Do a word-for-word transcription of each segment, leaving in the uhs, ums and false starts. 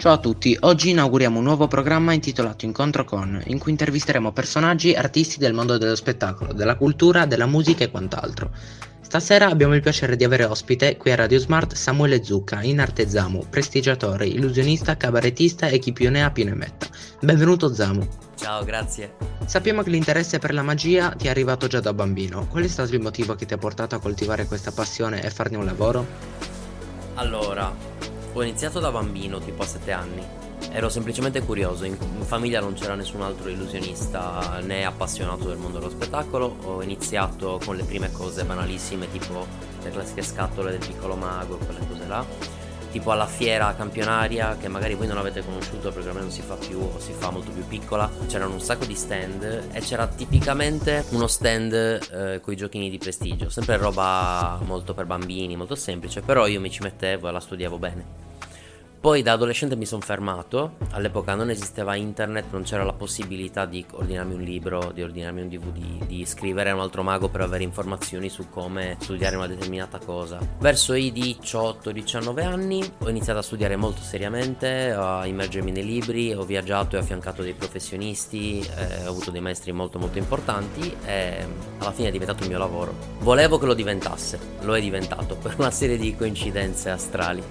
Ciao a tutti, oggi inauguriamo un nuovo programma intitolato Incontro Con, in cui intervisteremo personaggi, artisti del mondo dello spettacolo, della cultura, della musica e quant'altro. Stasera abbiamo il piacere di avere ospite qui a Radio Smart Samuele Zucca, in arte Zamu, prestigiatore, illusionista, cabarettista e chi più ne ha più ne metta. Benvenuto Zamu. Ciao, grazie. Sappiamo che l'interesse per la magia ti è arrivato già da bambino. Qual è stato il motivo che ti ha portato a coltivare questa passione e farne un lavoro? Allora, ho iniziato da bambino, tipo a sette anni. Ero semplicemente curioso, in in famiglia non c'era nessun altro illusionista né appassionato del mondo dello spettacolo. Ho iniziato con le prime cose banalissime, tipo le classiche scatole del Piccolo Mago, quelle cose là. Tipo alla fiera campionaria, che magari voi non avete conosciuto perché ormai non si fa più o si fa molto più piccola. C'erano un sacco di stand e c'era tipicamente uno stand eh, con i giochini di prestigio, sempre roba molto per bambini, molto semplice, però io mi ci mettevo e la studiavo bene. Poi da adolescente mi sono fermato, all'epoca non esisteva internet, non c'era la possibilità di ordinarmi un libro, di ordinarmi un D V D, di scrivere a un altro mago per avere informazioni su come studiare una determinata cosa. Verso i diciotto diciannove anni ho iniziato a studiare molto seriamente, a immergermi nei libri, ho viaggiato e ho affiancato dei professionisti, eh, ho avuto dei maestri molto molto importanti e alla fine è diventato il mio lavoro. Volevo che lo diventasse, lo è diventato per una serie di coincidenze astrali.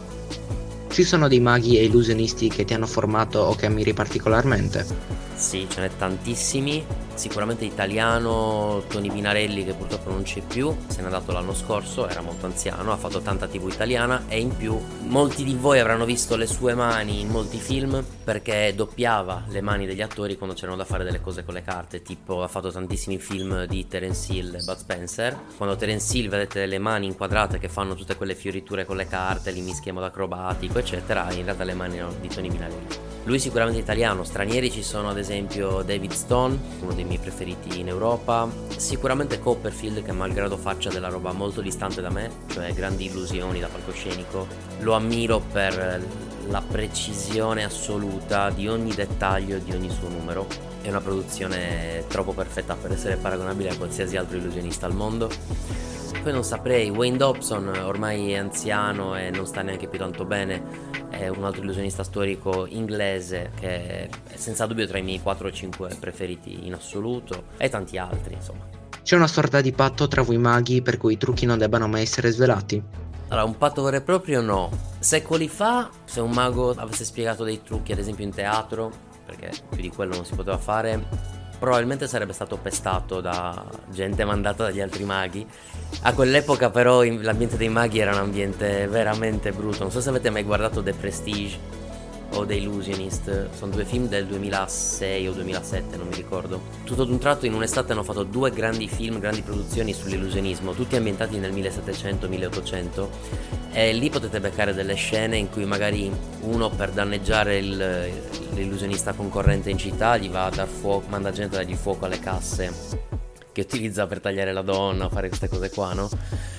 Ci sono dei maghi e illusionisti che ti hanno formato o che ammiri particolarmente? Sì, ce n'è tantissimi. Sicuramente italiano, Tony Pinarelli, che purtroppo non c'è più, se n'è andato l'anno scorso, era molto anziano, ha fatto tanta tivù italiana e in più molti di voi avranno visto le sue mani in molti film perché doppiava le mani degli attori quando c'erano da fare delle cose con le carte, tipo ha fatto tantissimi film di Terence Hill e Bud Spencer. Quando Terence Hill vedete le mani inquadrate che fanno tutte quelle fioriture con le carte, li mischia in modo acrobatico eccetera, in realtà le mani erano di Tony Pinarelli. Lui sicuramente italiano, stranieri ci sono ad esempio David Stone, uno dei miei preferiti in Europa, sicuramente Copperfield che malgrado faccia della roba molto distante da me, cioè grandi illusioni da palcoscenico, lo ammiro per la precisione assoluta di ogni dettaglio e di ogni suo numero, è una produzione troppo perfetta per essere paragonabile a qualsiasi altro illusionista al mondo. Poi non saprei, Wayne Dobson ormai è anziano e non sta neanche più tanto bene, è un altro illusionista storico inglese che è senza dubbio tra i miei quattro o cinque preferiti in assoluto e tanti altri insomma. C'è una sorta di patto tra voi maghi per cui i trucchi non debbano mai essere svelati? Allora, un patto vero e proprio no. Secoli fa, se un mago avesse spiegato dei trucchi ad esempio in teatro, perché più di quello non si poteva fare, probabilmente sarebbe stato pestato da gente mandata dagli altri maghi. A quell'epoca però l'ambiente dei maghi era un ambiente veramente brutto. Non so se avete mai guardato The Prestige o The Illusionist, sono due film del duemilasei o duemilasette, non mi ricordo. Tutto d'un tratto in un'estate hanno fatto due grandi film, grandi produzioni sull'illusionismo, tutti ambientati nel millesettecento milleottocento, e lì potete beccare delle scene in cui magari uno per danneggiare il, l'illusionista concorrente in città gli va a dar fuoco, manda gente a dargli fuoco alle casse che utilizza per tagliare la donna, fare queste cose qua, no?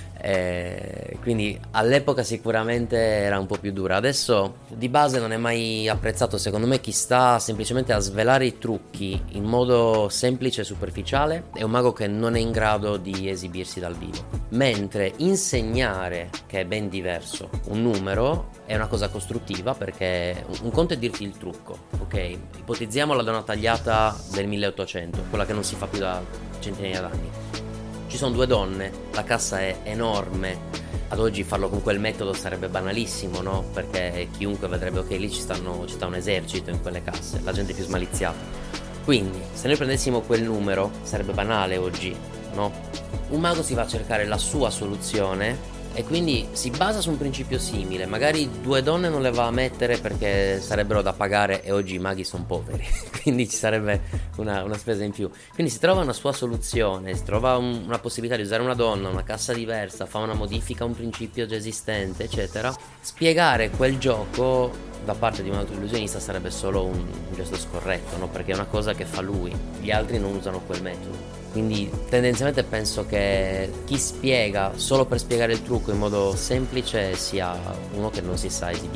E quindi all'epoca sicuramente era un po' più dura. Adesso di base non è mai apprezzato secondo me chi sta semplicemente a svelare i trucchi in modo semplice e superficiale, è un mago che non è in grado di esibirsi dal vivo, mentre insegnare, che è ben diverso, un numero è una cosa costruttiva, perché un conto è dirti il trucco, ok? Ipotizziamo la donna tagliata del milleottocento, quella che non si fa più da centinaia d'anni. Ci sono due donne, la cassa è enorme, ad oggi farlo con quel metodo sarebbe banalissimo, no? Perché chiunque vedrebbe, ok, lì ci, stanno, ci sta un esercito in quelle casse, la gente è più smaliziata. Quindi, se noi prendessimo quel numero, sarebbe banale oggi, no? Un mago si va a cercare la sua soluzione e quindi si basa su un principio simile. Magari due donne non le va a mettere perché sarebbero da pagare e oggi i maghi sono poveri, quindi ci sarebbe una, una spesa in più. Quindi si trova una sua soluzione, si trova un, una possibilità di usare una donna, una cassa diversa, fa una modifica a un principio già esistente, eccetera. Spiegare quel gioco da parte di un altro illusionista sarebbe solo un, un gesto scorretto, no? Perché è una cosa che fa lui, gli altri non usano quel metodo. Quindi tendenzialmente penso che chi spiega solo per spiegare il trucco in modo semplice sia uno che non si sa esibire.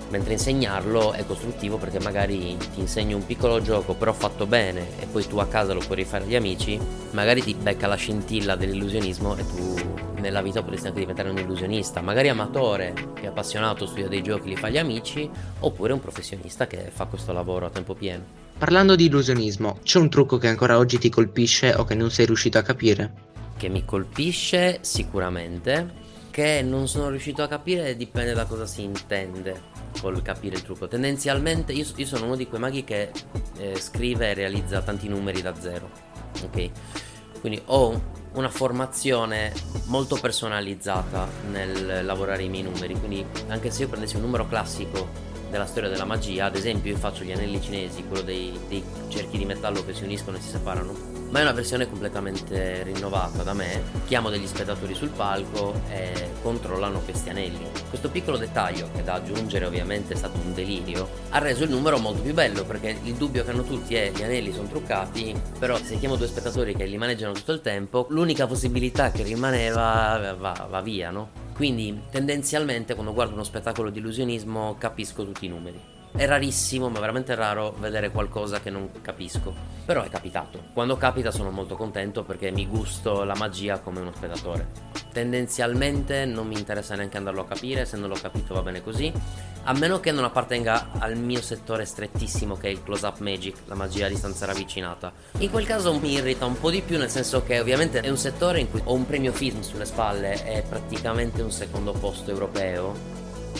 mentre insegnarlo è costruttivo perché magari ti insegno un piccolo gioco però fatto bene e poi tu a casa lo puoi rifare agli amici, magari ti becca la scintilla dell'illusionismo e tu nella vita potresti anche diventare un illusionista, magari amatore che è appassionato, studia dei giochi, li fa agli amici, oppure un professionista che fa questo lavoro a tempo pieno. Parlando di illusionismo, c'è un trucco che ancora oggi ti colpisce o che non sei riuscito a capire? Che mi colpisce sicuramente, che non sono riuscito a capire, dipende da cosa si intende col capire il trucco. Tendenzialmente io, io sono uno di quei maghi che eh, scrive e realizza tanti numeri da zero, ok? Quindi ho una formazione molto personalizzata nel lavorare i miei numeri, quindi anche se io prendessi un numero classico della storia della magia, ad esempio io faccio gli anelli cinesi, quello dei, dei cerchi di metallo che si uniscono e si separano, ma è una versione completamente rinnovata da me. Chiamo degli spettatori sul palco e controllano questi anelli. Questo piccolo dettaglio, che da aggiungere ovviamente è stato un delirio, ha reso il numero molto più bello, perché il dubbio che hanno tutti è gli anelli sono truccati, però se chiamo due spettatori che li maneggiano tutto il tempo, l'unica possibilità che rimaneva va, va via, no? Quindi tendenzialmente quando guardo uno spettacolo di illusionismo capisco tutti i numeri. È rarissimo, ma veramente raro, vedere qualcosa che non capisco. Però è capitato. Quando capita sono molto contento perché mi gusto la magia come uno spettatore. Tendenzialmente non mi interessa neanche andarlo a capire, se non l'ho capito va bene così, a meno che non appartenga al mio settore strettissimo che è il close-up magic, la magia a distanza ravvicinata. In quel caso mi irrita un po' di più, nel senso che ovviamente è un settore in cui ho un premio F I S M sulle spalle, è praticamente un secondo posto europeo.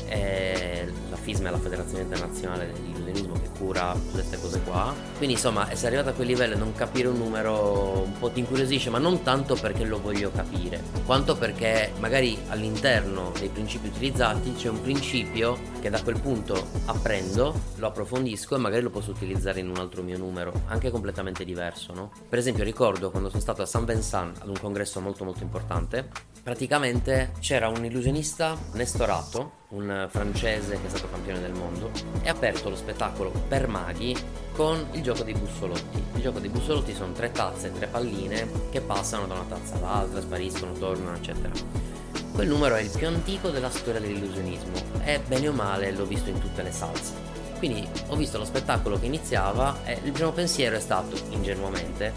E la F I S M è la Federazione Internazionale dell'Illusionismo che cura tutte queste cose qua, quindi insomma essere arrivato a quel livello e non capire un numero un po' ti incuriosisce, ma non tanto perché lo voglio capire quanto perché magari all'interno dei principi utilizzati c'è un principio che da quel punto apprendo, lo approfondisco e magari lo posso utilizzare in un altro mio numero anche completamente diverso, no? Per esempio ricordo quando sono stato a Saint Vincent ad un congresso molto molto importante, praticamente c'era un illusionista Nestorato, un francese che è stato campione del mondo, e ha aperto lo spettacolo per maghi con il gioco dei bussolotti. Il gioco dei bussolotti sono tre tazze, tre palline che passano da una tazza all'altra, spariscono, tornano, eccetera. Quel numero è il più antico della storia dell'illusionismo e bene o male l'ho visto in tutte le salse. Quindi ho visto lo spettacolo che iniziava e il primo pensiero è stato, ingenuamente,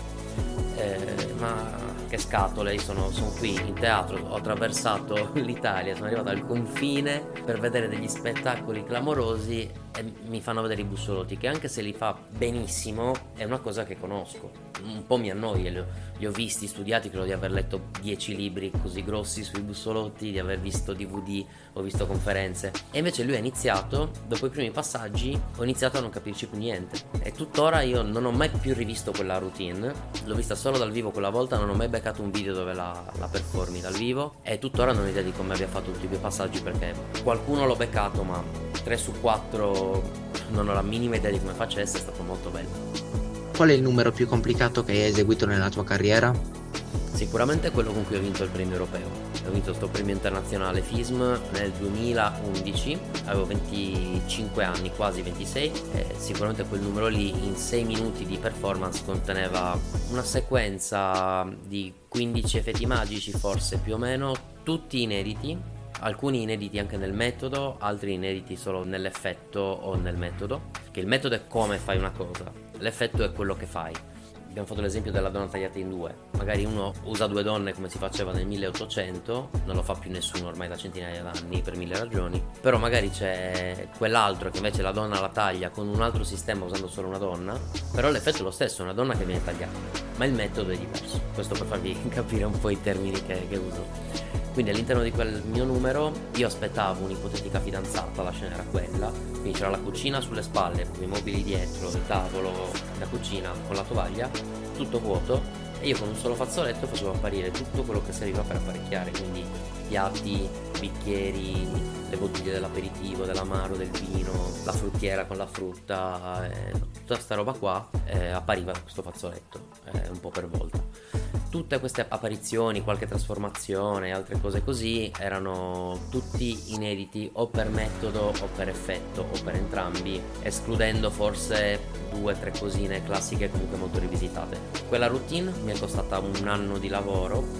eh, ma che scatole, io sono, sono qui in teatro, ho attraversato l'Italia, sono arrivato al confine per vedere degli spettacoli clamorosi e mi fanno vedere i bussolotti, che anche se li fa benissimo è una cosa che conosco, un po' mi annoia, li ho, li ho visti, studiati, credo di aver letto dieci libri così grossi sui bussolotti, di aver visto D V D, ho visto conferenze, e invece lui ha iniziato, dopo i primi passaggi ho iniziato a non capirci più niente e tuttora io non ho mai più rivisto quella routine, l'ho vista solo dal vivo quella volta, non ho mai beccato un video dove la, la performi dal vivo e tuttora non ho idea di come abbia fatto tutti i miei passaggi, perché qualcuno l'ho beccato ma tre su quattro non ho la minima idea di come facesse, è stato molto bello. Qual è il numero più complicato che hai eseguito nella tua carriera? Sicuramente quello con cui ho vinto il premio europeo. Ho vinto questo premio internazionale F I S M nel duemilaundici, avevo venticinque anni, quasi ventisei, e sicuramente quel numero lì in sei minuti di performance conteneva una sequenza di quindici effetti magici, forse più o meno, tutti inediti, alcuni inediti anche nel metodo, altri inediti solo nell'effetto o nel metodo, che il metodo è come fai una cosa, l'effetto è quello che fai. Abbiamo fatto l'esempio della donna tagliata in due, magari uno usa due donne come si faceva nel milleottocento, non lo fa più nessuno ormai da centinaia d'anni per mille ragioni, però magari c'è quell'altro che invece la donna la taglia con un altro sistema usando solo una donna, però l'effetto è lo stesso, è una donna che viene tagliata, ma il metodo è diverso. Questo per farvi capire un po' i termini che, che uso. Quindi all'interno di quel mio numero io aspettavo un'ipotetica fidanzata, la scena era quella, quindi c'era la cucina sulle spalle, i mobili dietro, il tavolo, la cucina con la tovaglia, tutto vuoto, e io con un solo fazzoletto facevo apparire tutto quello che serviva per apparecchiare, quindi piatti, bicchieri, le bottiglie dell'aperitivo, dell'amaro, del vino, la fruttiera con la frutta, eh, tutta sta roba qua eh, appariva da questo fazzoletto, eh, un po' per volta. Tutte queste apparizioni, qualche trasformazione, altre cose così, erano tutti inediti o per metodo o per effetto o per entrambi, escludendo forse due o tre cosine classiche comunque molto rivisitate. Quella routine mi è costata un anno di lavoro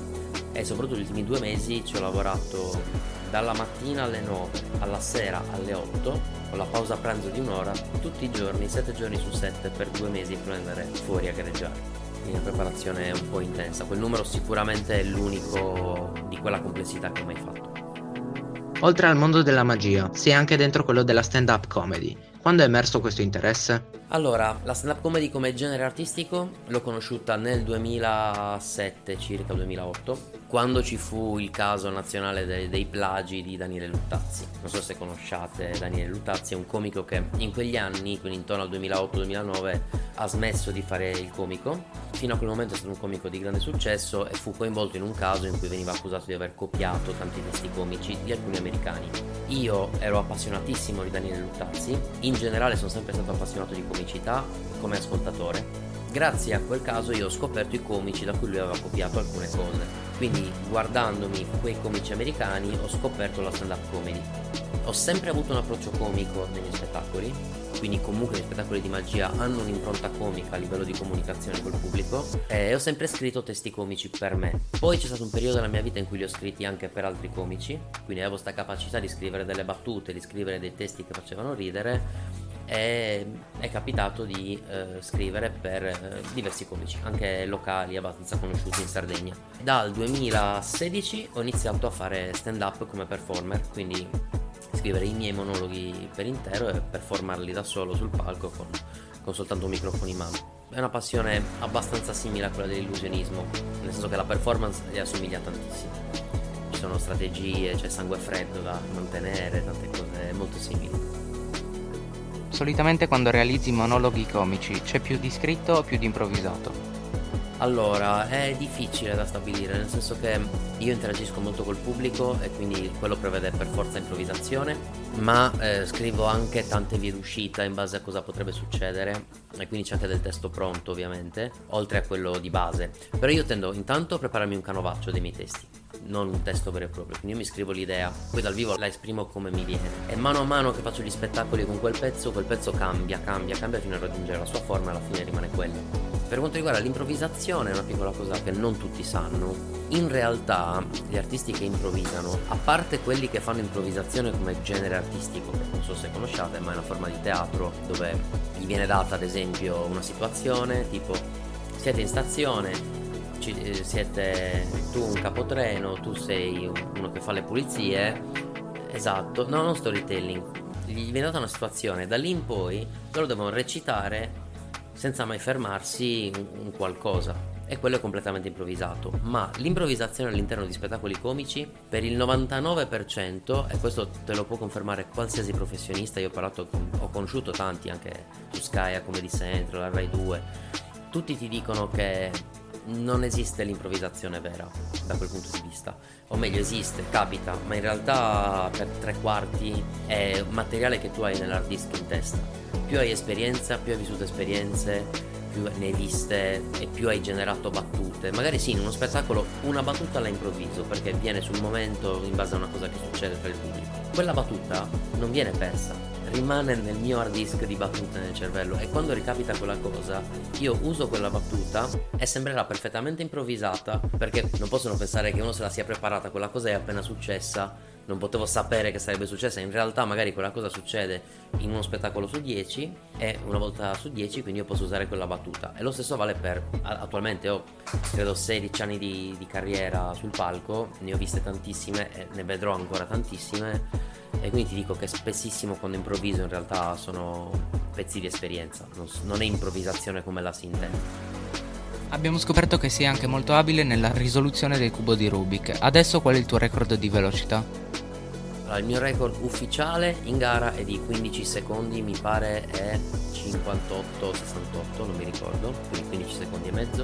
e soprattutto gli ultimi due mesi ci ho lavorato dalla mattina alle nove alla sera alle otto, con la pausa pranzo di un'ora, tutti i giorni, sette giorni su sette per due mesi per andare fuori a gareggiare. Quindi una preparazione un po' intensa. Quel numero sicuramente è l'unico di quella complessità che ho mai fatto. Oltre al mondo della magia, sei anche dentro quello della stand-up comedy. Quando è emerso questo interesse? Allora, la stand-up comedy come genere artistico l'ho conosciuta nel duemilasette, circa duemilaotto, quando ci fu il caso nazionale dei, dei plagi di Daniele Luttazzi. Non so se conosciate Daniele Luttazzi, è un comico che in quegli anni, quindi intorno al duemilaotto duemilanove, ha smesso di fare il comico. Fino a quel momento è stato un comico di grande successo e fu coinvolto in un caso in cui veniva accusato di aver copiato tanti testi comici di alcuni americani. Io ero appassionatissimo di Daniele Luttazzi, in generale sono sempre stato appassionato di comicità come ascoltatore. Grazie a quel caso io ho scoperto i comici da cui lui aveva copiato alcune cose. Quindi guardandomi quei comici americani ho scoperto la stand-up comedy. Ho sempre avuto un approccio comico nei miei spettacoli, quindi comunque gli spettacoli di magia hanno un'impronta comica a livello di comunicazione col pubblico, e ho sempre scritto testi comici per me. Poi c'è stato un periodo della mia vita in cui li ho scritti anche per altri comici, quindi avevo questa capacità di scrivere delle battute, di scrivere dei testi che facevano ridere, e è capitato di eh, scrivere per eh, diversi comici, anche locali abbastanza conosciuti in Sardegna. Dal duemilasedici ho iniziato a fare stand-up come performer, quindi scrivere i miei monologhi per intero e performarli da solo sul palco con, con soltanto un microfono in mano. È una passione abbastanza simile a quella dell'illusionismo, nel senso che la performance gli assomiglia tantissimo. Ci sono strategie, c'è sangue freddo da mantenere, tante cose molto simili. Solitamente quando realizzi monologhi comici c'è più di scritto o più di improvvisato? Allora, è difficile da stabilire, nel senso che io interagisco molto col pubblico e quindi quello prevede per forza improvvisazione, ma eh, scrivo anche tante vie d'uscita in base a cosa potrebbe succedere, e quindi c'è anche del testo pronto ovviamente, oltre a quello di base. Però io tendo intanto a prepararmi un canovaccio dei miei testi, non un testo vero e proprio, quindi io mi scrivo l'idea, poi dal vivo la esprimo come mi viene, e mano a mano che faccio gli spettacoli con quel pezzo, quel pezzo cambia, cambia, cambia fino a raggiungere la sua forma e alla fine rimane quello. Per quanto riguarda l'improvvisazione, è una piccola cosa che non tutti sanno. In realtà gli artisti che improvvisano, a parte quelli che fanno improvvisazione come genere artistico, che non so se conosciate, ma è una forma di teatro dove gli viene data ad esempio una situazione, tipo siete in stazione, ci, eh, siete tu un capotreno, tu sei uno che fa le pulizie, esatto, no, non storytelling, gli viene data una situazione, da lì in poi loro devono recitare senza mai fermarsi un qualcosa, e quello è completamente improvvisato. Ma l'improvvisazione all'interno di spettacoli comici per il novantanove per cento, e questo te lo può confermare qualsiasi professionista, io ho parlato con, ho conosciuto tanti anche su Sky, a Comedy Central, a Rai due, tutti ti dicono che non esiste l'improvvisazione vera da quel punto di vista, o meglio esiste, capita, ma in realtà per tre quarti è materiale che tu hai nell'hard disk in testa. Più hai esperienza, più hai vissuto esperienze, più ne hai viste e più hai generato battute. Magari sì, in uno spettacolo una battuta la improvviso perché viene sul momento in base a una cosa che succede tra il pubblico. Quella battuta non viene persa, rimane nel mio hard disk di battute nel cervello, e quando ricapita quella cosa io uso quella battuta e sembrerà perfettamente improvvisata, perché non possono pensare che uno se la sia preparata, quella cosa è appena successa, non potevo sapere che sarebbe successa. In realtà magari quella cosa succede in uno spettacolo su dieci, e una volta su dieci, quindi io posso usare quella battuta. E lo stesso vale per, attualmente ho credo sedici anni di, di carriera sul palco, ne ho viste tantissime e ne vedrò ancora tantissime, e quindi ti dico che spessissimo quando improvviso in realtà sono pezzi di esperienza, non, non è improvvisazione come la si intende. Abbiamo scoperto che sei anche molto abile nella risoluzione del cubo di Rubik. Adesso qual è il tuo record di velocità? Allora, il mio record ufficiale in gara è di quindici secondi, mi pare è cinquantotto sessantotto, non mi ricordo, quindi quindici secondi e mezzo.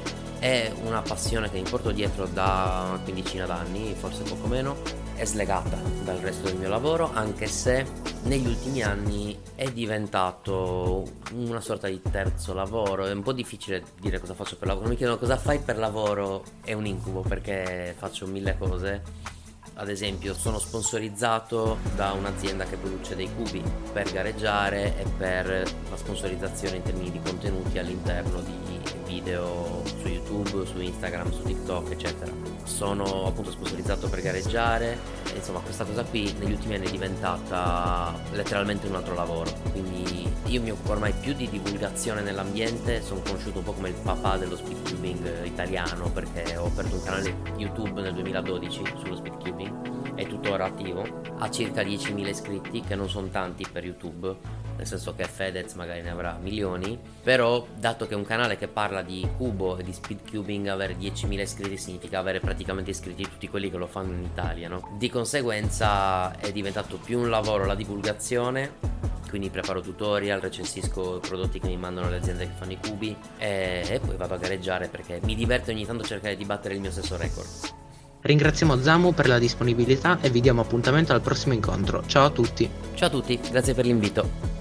È una passione che mi porto dietro da una quindicina d'anni, forse poco meno. È slegata dal resto del mio lavoro, anche se negli ultimi anni è diventato una sorta di terzo lavoro. È un po' difficile dire cosa faccio per lavoro. Mi chiedono cosa fai per lavoro, è un incubo perché faccio mille cose. Ad esempio sono sponsorizzato da un'azienda che produce dei cubi per gareggiare e per la sponsorizzazione in termini di contenuti all'interno di video su YouTube, su Instagram, su TikTok, eccetera. sono appunto sponsorizzato per gareggiare, e insomma questa cosa qui negli ultimi anni è diventata letteralmente un altro lavoro, quindi io mi occupo ormai più di divulgazione nell'ambiente, sono conosciuto un po' come il papà dello speedcubing italiano, perché ho aperto un canale YouTube nel duemiladodici sullo speedcubing, è tuttora attivo, ha circa diecimila iscritti, che non sono tanti per YouTube, nel senso che Fedez magari ne avrà milioni, però dato che è un canale che parla di cubo e di speedcubing, avere diecimila iscritti significa avere praticamente iscritti tutti quelli che lo fanno in Italia, no? Di conseguenza è diventato più un lavoro la divulgazione, quindi preparo tutorial, recensisco i prodotti che mi mandano le aziende che fanno i cubi e, e poi vado a gareggiare perché mi diverte ogni tanto cercare di battere il mio stesso record. Ringraziamo Zamu per la disponibilità e vi diamo appuntamento al prossimo incontro. Ciao a tutti. Ciao a tutti, grazie per l'invito.